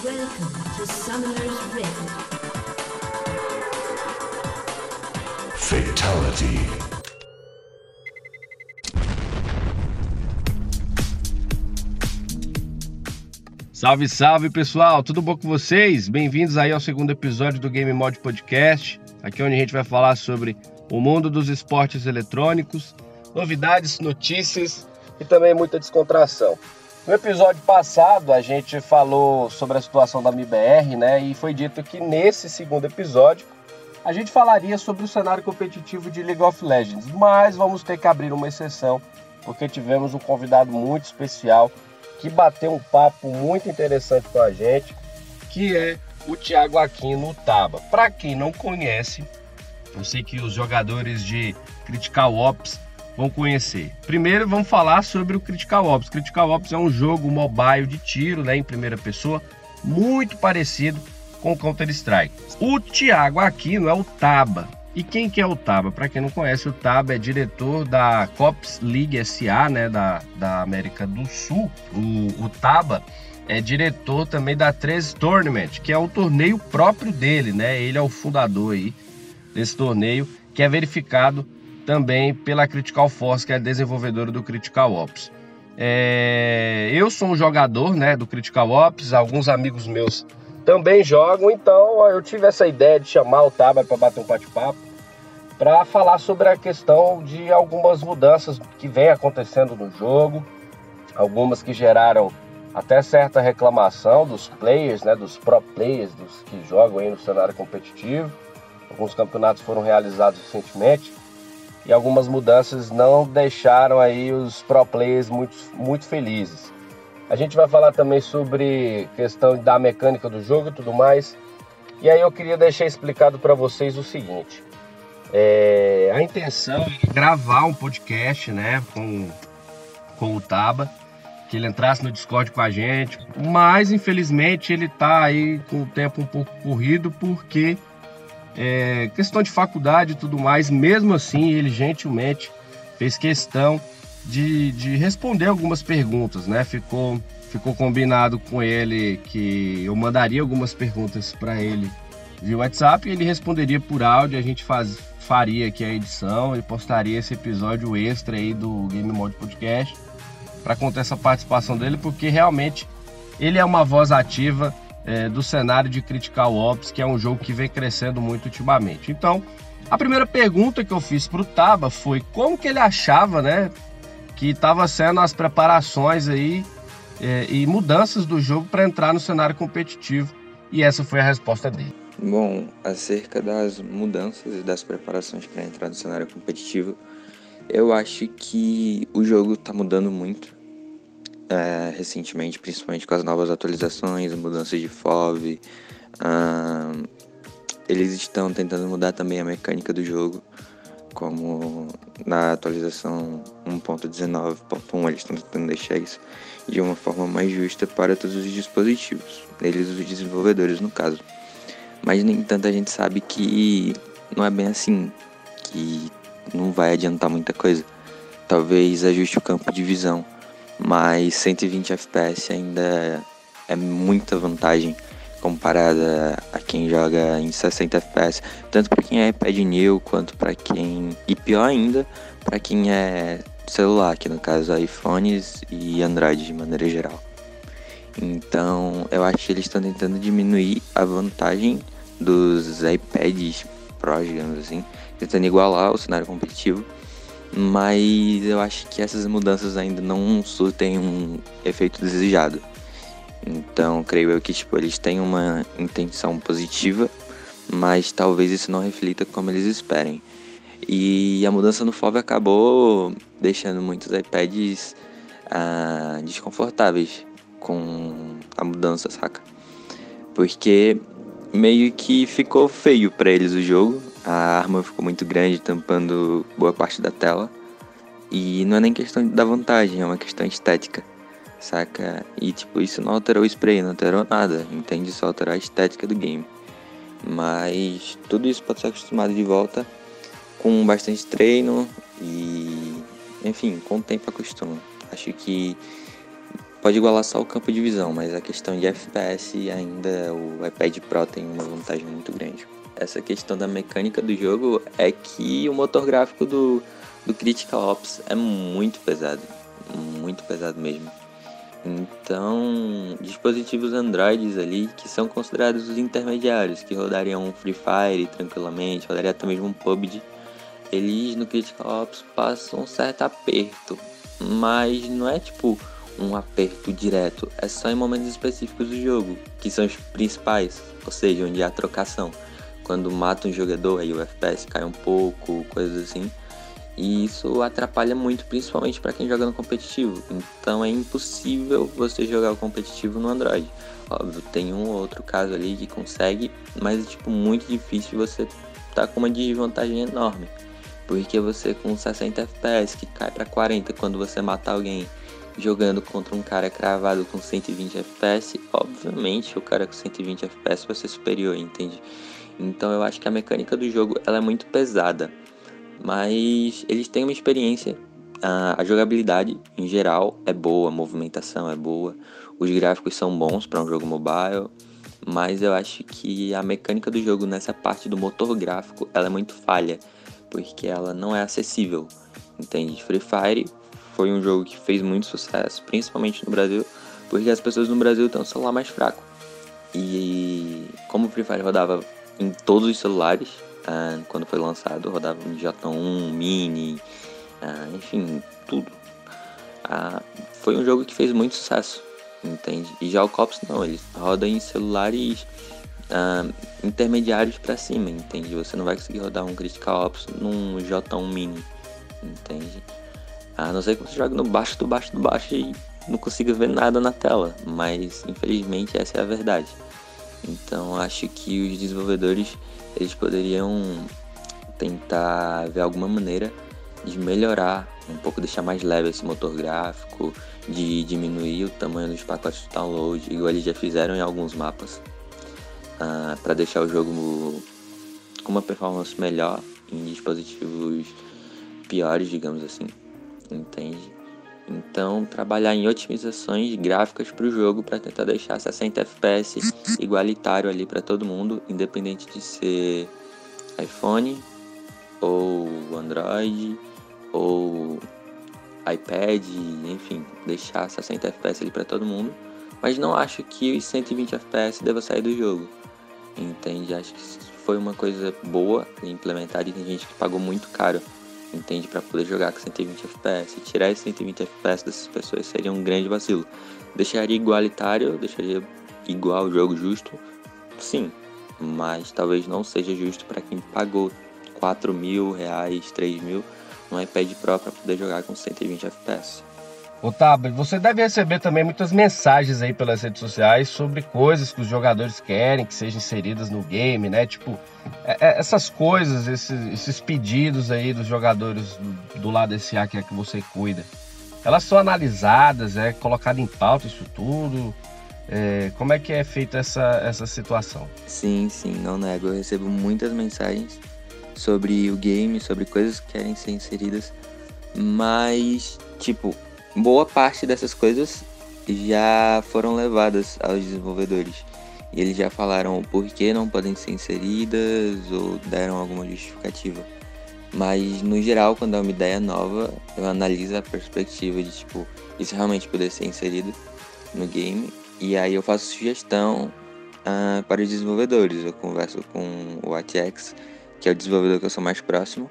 Welcome to Summoner's Rift. Fatality. Salve, salve pessoal, tudo bom com vocês? Bem-vindos aí ao segundo episódio do Game Mod Podcast, aqui onde a gente vai falar sobre o mundo dos esportes eletrônicos, novidades, notícias e também muita descontração. No episódio passado a gente falou sobre a situação da MIBR, né? E foi dito que nesse segundo episódio a gente falaria sobre o cenário competitivo de League of Legends, mas vamos ter que abrir uma exceção, porque tivemos um convidado muito especial que bateu um papo muito interessante com a gente, que é o Thiago Aquino, o Taba. Para quem não conhece, eu sei que os jogadores de Critical Ops vão conhecer. Primeiro vamos falar sobre o Critical Ops. Critical Ops é um jogo mobile de tiro, né, em primeira pessoa, muito parecido com o Counter-Strike. O Thiago Aquino é o Taba. E quem que é o Taba? Para quem não conhece, o Taba é diretor da Cops League SA, né, da América do Sul. O Taba é diretor também da 13 Tournament, que é o torneio próprio dele, né? Ele é o fundador aí desse torneio, que é verificado também pela Critical Force, que é a desenvolvedora do Critical Ops. Eu sou um jogador, né, do Critical Ops, alguns amigos meus também jogam, então eu tive essa ideia de chamar o Taba para bater um bate-papo, para falar sobre a questão de algumas mudanças que vem acontecendo no jogo, algumas que geraram até certa reclamação dos players, né, dos pro players, dos que jogam aí no cenário competitivo. Alguns campeonatos foram realizados recentemente e algumas mudanças não deixaram aí os pro players muito felizes. A gente vai falar também sobre questão da mecânica do jogo e tudo mais. E aí eu queria deixar explicado para vocês o seguinte. A intenção é gravar um podcast, né, com o Taba, que ele entrasse no Discord com a gente. Mas infelizmente ele tá aí com o tempo um pouco corrido porque questão de faculdade e tudo mais. Mesmo assim, ele gentilmente fez questão de responder algumas perguntas, né? Ficou combinado com ele que eu mandaria algumas perguntas para ele via WhatsApp e ele responderia por áudio. A gente faria aqui a edição e postaria esse episódio extra aí do Game Mod Podcast para contar essa participação dele, porque realmente ele é uma voz ativa do cenário de Critical Ops, que é um jogo que vem crescendo muito ultimamente. Então, a primeira pergunta que eu fiz para o Taba foi como que ele achava, né, que estava sendo as preparações aí e mudanças do jogo para entrar no cenário competitivo, e essa foi a resposta dele. Bom, acerca das mudanças e das preparações para entrar no cenário competitivo, eu acho que o jogo está mudando muito recentemente, principalmente com as novas atualizações, mudanças de FOV. Eles estão tentando mudar também a mecânica do jogo, como na atualização 1.19.1 eles estão tentando deixar isso de uma forma mais justa para todos os dispositivos, eles, os desenvolvedores no caso. Mas, no entanto, a gente sabe que não é bem assim, que não vai adiantar muita coisa. Talvez ajuste o campo de visão, mas 120 FPS ainda é muita vantagem comparada a quem joga em 60 FPS, tanto para quem é iPad new quanto para quem, e pior ainda, para quem é celular, que no caso iPhones e Android de maneira geral. Então eu acho que eles estão tentando diminuir a vantagem dos iPads Pro, digamos assim, tentando igualar o cenário competitivo, mas eu acho que essas mudanças ainda não surtem um efeito desejado. Então, creio eu que eles têm uma intenção positiva, mas talvez isso não reflita como eles esperem. E a mudança no FOV acabou deixando muitos iPads desconfortáveis com a mudança, saca? Porque meio que ficou feio pra eles o jogo, a arma ficou muito grande, tampando boa parte da tela. E não é nem questão da vantagem, é uma questão estética, saca? E isso não alterou o spray, não alterou nada, entende? Só alterou a estética do game. Mas tudo isso pode ser acostumado de volta com bastante treino e, enfim, com o tempo acostuma. Acho que pode igualar só o campo de visão, mas a questão de FPS ainda o iPad Pro tem uma vantagem muito grande. Essa questão da mecânica do jogo é que o motor gráfico do Critical Ops é muito pesado mesmo. Então, dispositivos Androids ali, que são considerados os intermediários, que rodariam um Free Fire tranquilamente, rodaria até mesmo um PUBG, eles no Critical Ops passam um certo aperto, mas não é tipo um aperto direto, é só em momentos específicos do jogo, que são os principais, ou seja, onde há trocação. Quando mata um jogador, aí o FPS cai um pouco, coisas assim. E isso atrapalha muito, principalmente para quem joga no competitivo. Então é impossível você jogar o competitivo no Android. Óbvio, tem um ou outro caso ali que consegue, mas é tipo muito difícil, você tá com uma desvantagem enorme. Porque você com 60 FPS que cai para 40 quando você matar alguém jogando contra um cara cravado com 120 FPS, obviamente o cara com 120 FPS vai ser superior, entende? Então eu acho que a mecânica do jogo ela é muito pesada. Mas eles têm uma experiência, a jogabilidade em geral é boa, a movimentação é boa, os gráficos são bons para um jogo mobile, mas eu acho que a mecânica do jogo nessa parte do motor gráfico ela é muito falha, porque ela não é acessível, entende? Free Fire foi um jogo que fez muito sucesso, principalmente no Brasil, porque as pessoas no Brasil têm um celular mais fraco, e como o Free Fire rodava em todos os celulares, quando foi lançado, rodava em J1, Mini, enfim, tudo. Foi um jogo que fez muito sucesso, entende? E já o Cops não, ele roda em celulares intermediários para cima, entende? Você não vai conseguir rodar um Critical Ops num J1 Mini, entende? A não ser que você jogue no baixo do baixo do baixo e não consiga ver nada na tela, mas infelizmente essa é a verdade. Então acho que os desenvolvedores eles poderiam tentar ver alguma maneira de melhorar um pouco, deixar mais leve esse motor gráfico, de diminuir o tamanho dos pacotes de download, igual eles já fizeram em alguns mapas, para deixar o jogo com uma performance melhor em dispositivos piores, digamos assim, entende? Então, trabalhar em otimizações gráficas para o jogo para tentar deixar 60 FPS igualitário ali para todo mundo, independente de ser iPhone ou Android ou iPad, enfim, deixar 60 FPS ali para todo mundo. Mas não acho que os 120 FPS deva sair do jogo, entende? Acho que foi uma coisa boa implementada e tem gente que pagou muito caro, entende, para poder jogar com 120 FPS. Tirar esses 120 FPS dessas pessoas seria um grande vacilo. Deixaria igualitário, deixaria igual o jogo justo, sim, mas talvez não seja justo para quem pagou R$4.000, R$3.000 no iPad Pro para poder jogar com 120 FPS. Otávio, você deve receber também muitas mensagens aí pelas redes sociais sobre coisas que os jogadores querem que sejam inseridas no game, né? Tipo, essas coisas, esses pedidos aí dos jogadores do lado SA que é que você cuida, elas são analisadas, é colocado em pauta isso tudo? Como é que é feita essa situação? Sim, não nego, eu recebo muitas mensagens sobre o game, sobre coisas que querem ser inseridas, mas, tipo, boa parte dessas coisas já foram levadas aos desenvolvedores e eles já falaram o porquê não podem ser inseridas ou deram alguma justificativa. Mas no geral, quando é uma ideia nova, eu analiso a perspectiva de tipo, isso realmente poder ser inserido no game, e aí eu faço sugestão para os desenvolvedores. Eu converso com o ATX, que é o desenvolvedor que eu sou mais próximo,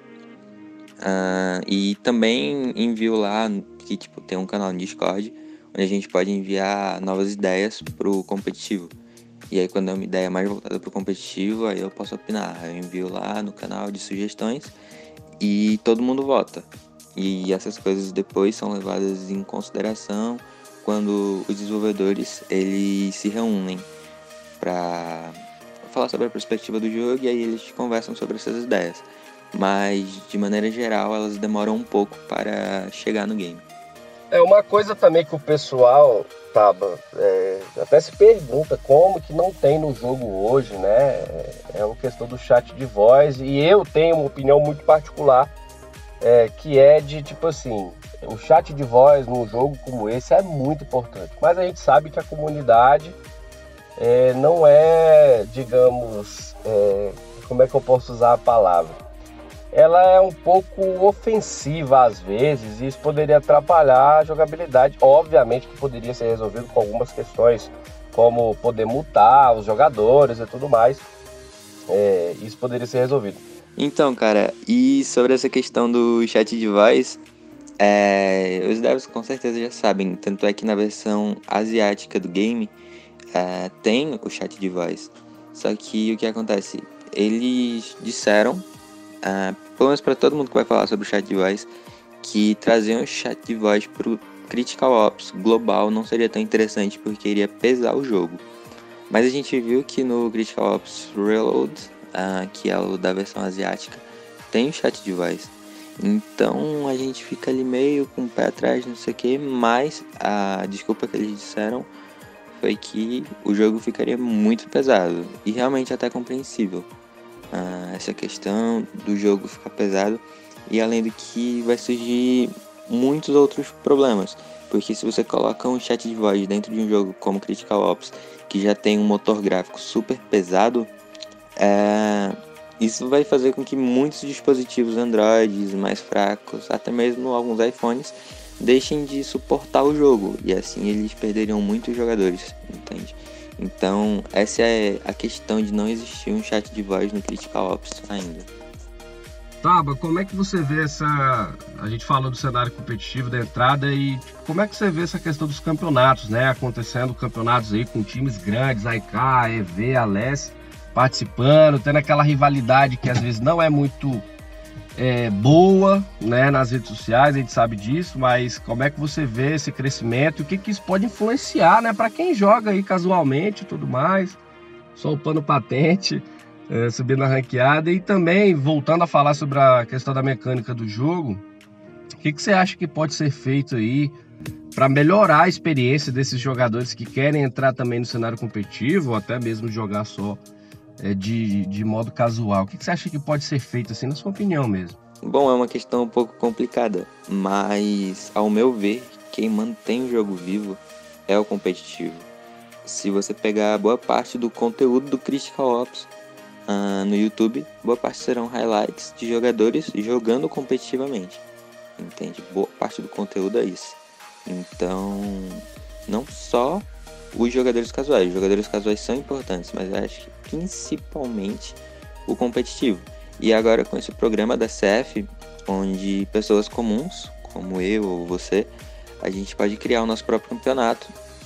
e também envio lá que tipo, tem um canal no Discord onde a gente pode enviar novas ideias pro competitivo. E aí quando é uma ideia mais voltada pro competitivo, aí eu posso opinar. Eu envio lá no canal de sugestões e todo mundo vota. E essas coisas depois são levadas em consideração quando os desenvolvedores eles se reúnem para falar sobre a perspectiva do jogo, e aí eles conversam sobre essas ideias. Mas de maneira geral elas demoram um pouco para chegar no game. É uma coisa também que o pessoal até se pergunta como que não tem no jogo hoje, né? É uma questão do chat de voz, e eu tenho uma opinião muito particular, que é de tipo assim, o chat de voz num jogo como esse é muito importante. Mas a gente sabe que a comunidade não é, digamos, como é que eu posso usar a palavra? Ela é um pouco ofensiva às vezes e isso poderia atrapalhar a jogabilidade. Obviamente que poderia ser resolvido com algumas questões, como poder multar os jogadores e tudo mais. Isso poderia ser resolvido. Então, cara, e sobre essa questão do chat de voz, os devs com certeza já sabem, tanto é que na versão asiática do game tem o chat de voz. Só que o que acontece? Eles disseram, pelo menos para todo mundo que vai falar sobre o chat de voz, que trazer um chat de voz pro Critical Ops global não seria tão interessante porque iria pesar o jogo. Mas a gente viu que no Critical Ops Reload, que é o da versão asiática, tem o chat de voz. Então a gente fica ali meio com o pé atrás, não sei o que, mas a desculpa que eles disseram foi que o jogo ficaria muito pesado e realmente até compreensível. Essa questão do jogo ficar pesado, e além do que vai surgir muitos outros problemas, porque se você coloca um chat de voz dentro de um jogo como Critical Ops, que já tem um motor gráfico super pesado, isso vai fazer com que muitos dispositivos Androids mais fracos, até mesmo alguns iPhones, deixem de suportar o jogo, e assim eles perderiam muitos jogadores, entende? Então essa é a questão de não existir um chat de voz no Critical Ops ainda. Taba, como é que você vê a gente falou do cenário competitivo da entrada e como é que você vê essa questão dos campeonatos, né? Acontecendo campeonatos aí com times grandes, AIK, EV, Aless, participando, tendo aquela rivalidade que às vezes não é muito boa, né, nas redes sociais, a gente sabe disso, mas como é que você vê esse crescimento e o que isso pode influenciar, né, para quem joga aí casualmente e tudo mais, só upando patente, subindo na ranqueada. E também, voltando a falar sobre a questão da mecânica do jogo, o que você acha que pode ser feito aí para melhorar a experiência desses jogadores que querem entrar também no cenário competitivo ou até mesmo jogar só de modo casual? O que você acha que pode ser feito, assim, na sua opinião mesmo? Bom, é uma questão um pouco complicada, mas ao meu ver, quem mantém o jogo vivo é o competitivo. Se você pegar boa parte do conteúdo do Critical Ops no YouTube, boa parte serão highlights de jogadores jogando competitivamente, entende? Boa parte do conteúdo é isso. Então, não só os jogadores casuais são importantes, mas eu acho que principalmente o competitivo. E agora com esse programa da CF, onde pessoas comuns, como eu ou você, a gente pode criar o nosso próprio campeonato,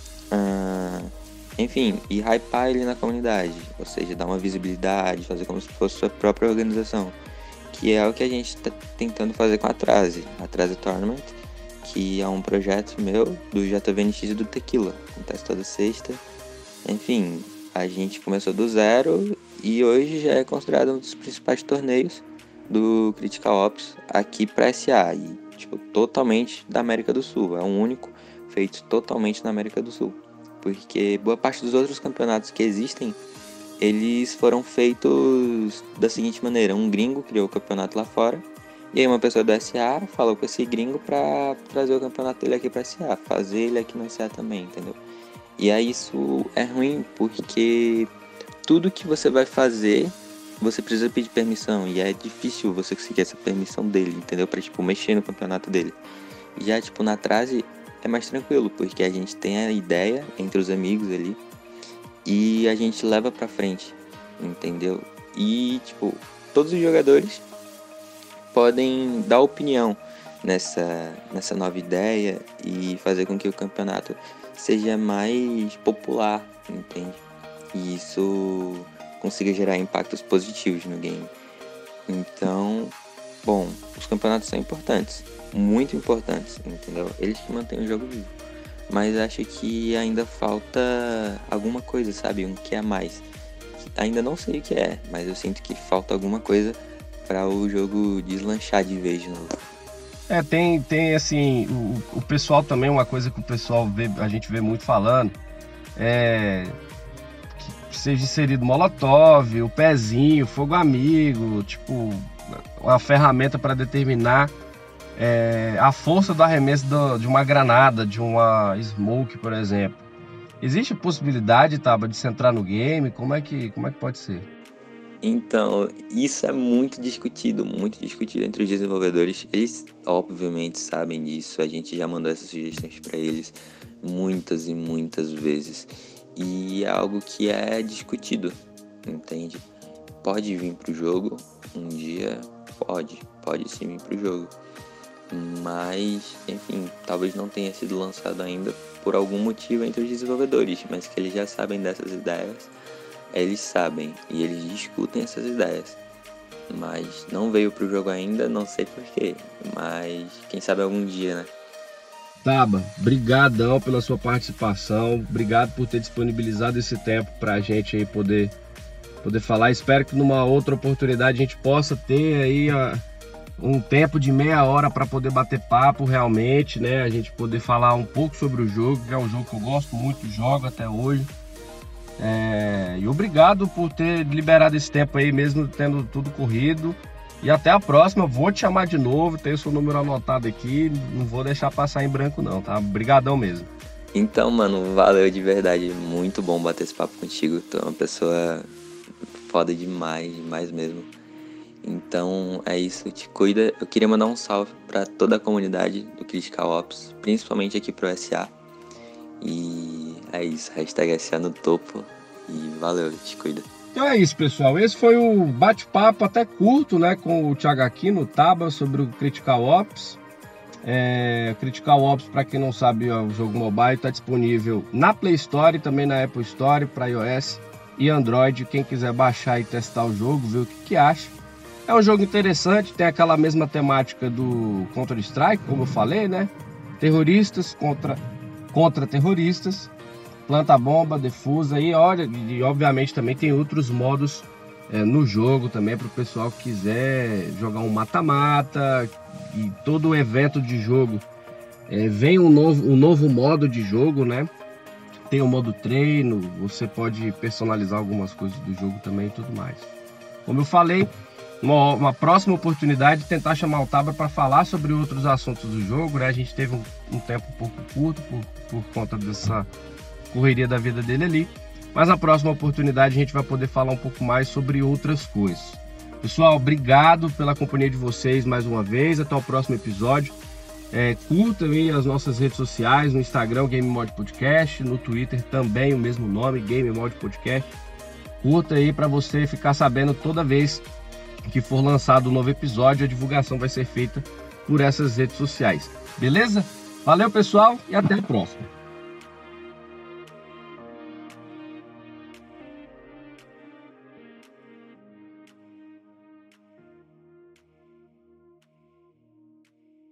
enfim, e hypar ele na comunidade, ou seja, dar uma visibilidade, fazer como se fosse sua própria organização, que é o que a gente está tentando fazer com a Traze Tournament, que é um projeto meu, do JVNX e do Tequila, acontece toda sexta. Enfim, a gente começou do zero e hoje já é considerado um dos principais torneios do Critical Ops aqui para SA, e totalmente da América do Sul, é um único feito totalmente na América do Sul, porque boa parte dos outros campeonatos que existem, eles foram feitos da seguinte maneira: um gringo criou o campeonato lá fora, e aí uma pessoa do SA falou com esse gringo pra trazer o campeonato dele aqui pra SA, fazer ele aqui no SA também, entendeu? E aí isso é ruim, porque tudo que você vai fazer, você precisa pedir permissão, e é difícil você conseguir essa permissão dele, entendeu? Pra, mexer no campeonato dele. Já, na Traze é mais tranquilo, porque a gente tem a ideia entre os amigos ali, e a gente leva pra frente, entendeu? E, todos os jogadores podem dar opinião nessa nova ideia e fazer com que o campeonato seja mais popular, entende? E isso consiga gerar impactos positivos no game. Então, bom, os campeonatos são importantes, muito importantes, entendeu? Eles que mantêm o jogo vivo. Mas acho que ainda falta alguma coisa, sabe? Um que a mais. Ainda não sei o que é, mas eu sinto que falta alguma coisa para o jogo deslanchar de vez de novo. Tem assim, o pessoal também, uma coisa que o pessoal vê, a gente vê muito falando, que seja inserido molotov, o pezinho, fogo amigo, uma ferramenta para determinar a força do arremesso de uma granada, de uma smoke, por exemplo. Existe a possibilidade, Taba, de você entrar no game? Como é que pode ser? Então, isso é muito discutido entre os desenvolvedores. Eles, obviamente, sabem disso. A gente já mandou essas sugestões para eles muitas e muitas vezes. E é algo que é discutido, entende? Pode vir pro jogo um dia, pode sim vir pro jogo. Mas, enfim, talvez não tenha sido lançado ainda por algum motivo entre os desenvolvedores, mas que eles já sabem dessas ideias. Eles sabem e eles discutem essas ideias, mas não veio pro jogo ainda, não sei porquê, mas quem sabe algum dia, né? Taba, brigadão pela sua participação, obrigado por ter disponibilizado esse tempo pra gente aí poder falar. Espero que numa outra oportunidade a gente possa ter aí um tempo de meia hora para poder bater papo realmente, né? A gente poder falar um pouco sobre o jogo, que é um jogo que eu gosto muito, jogo até hoje. E obrigado por ter liberado esse tempo aí, mesmo tendo tudo corrido. E até a próxima, vou te chamar de novo, tenho seu número anotado aqui, não vou deixar passar em branco não, tá? Obrigadão mesmo. Então, mano, valeu de verdade, muito bom bater esse papo contigo, tu é uma pessoa foda demais mesmo. Então é isso, te cuida. Eu queria mandar um salve pra toda a comunidade do Critical Ops, principalmente aqui pro SA. E é isso, hashtag SA no topo. E valeu, te cuida. Então é isso, pessoal. Esse foi o bate-papo até curto, né, com o Thiago Aquino, o Taba, sobre o Critical Ops. Critical Ops, para quem não sabe, o jogo mobile está disponível na Play Store e também na Apple Store para iOS e Android. Quem quiser baixar e testar o jogo, ver o que acha. É um jogo interessante, tem aquela mesma temática do Counter-Strike, como eu falei, né? Terroristas contra terroristas, planta bomba, defusa e obviamente também tem outros modos no jogo também para o pessoal que quiser jogar um mata-mata. E todo o evento de jogo vem um novo modo de jogo, né? Tem o modo treino, você pode personalizar algumas coisas do jogo também e tudo mais. Como eu falei, uma próxima oportunidade de tentar chamar o Taba para falar sobre outros assuntos do jogo, né? A gente teve um tempo um pouco curto por conta dessa correria da vida dele ali, mas na próxima oportunidade a gente vai poder falar um pouco mais sobre outras coisas. Pessoal, obrigado pela companhia de vocês mais uma vez, até o próximo episódio. Curta aí as nossas redes sociais, no Instagram Game Mod Podcast, no Twitter também o mesmo nome, Game Mod Podcast. Curta aí para você ficar sabendo toda vez que for lançado um novo episódio, a divulgação vai ser feita por essas redes sociais. Beleza? Valeu, pessoal, e até a próxima.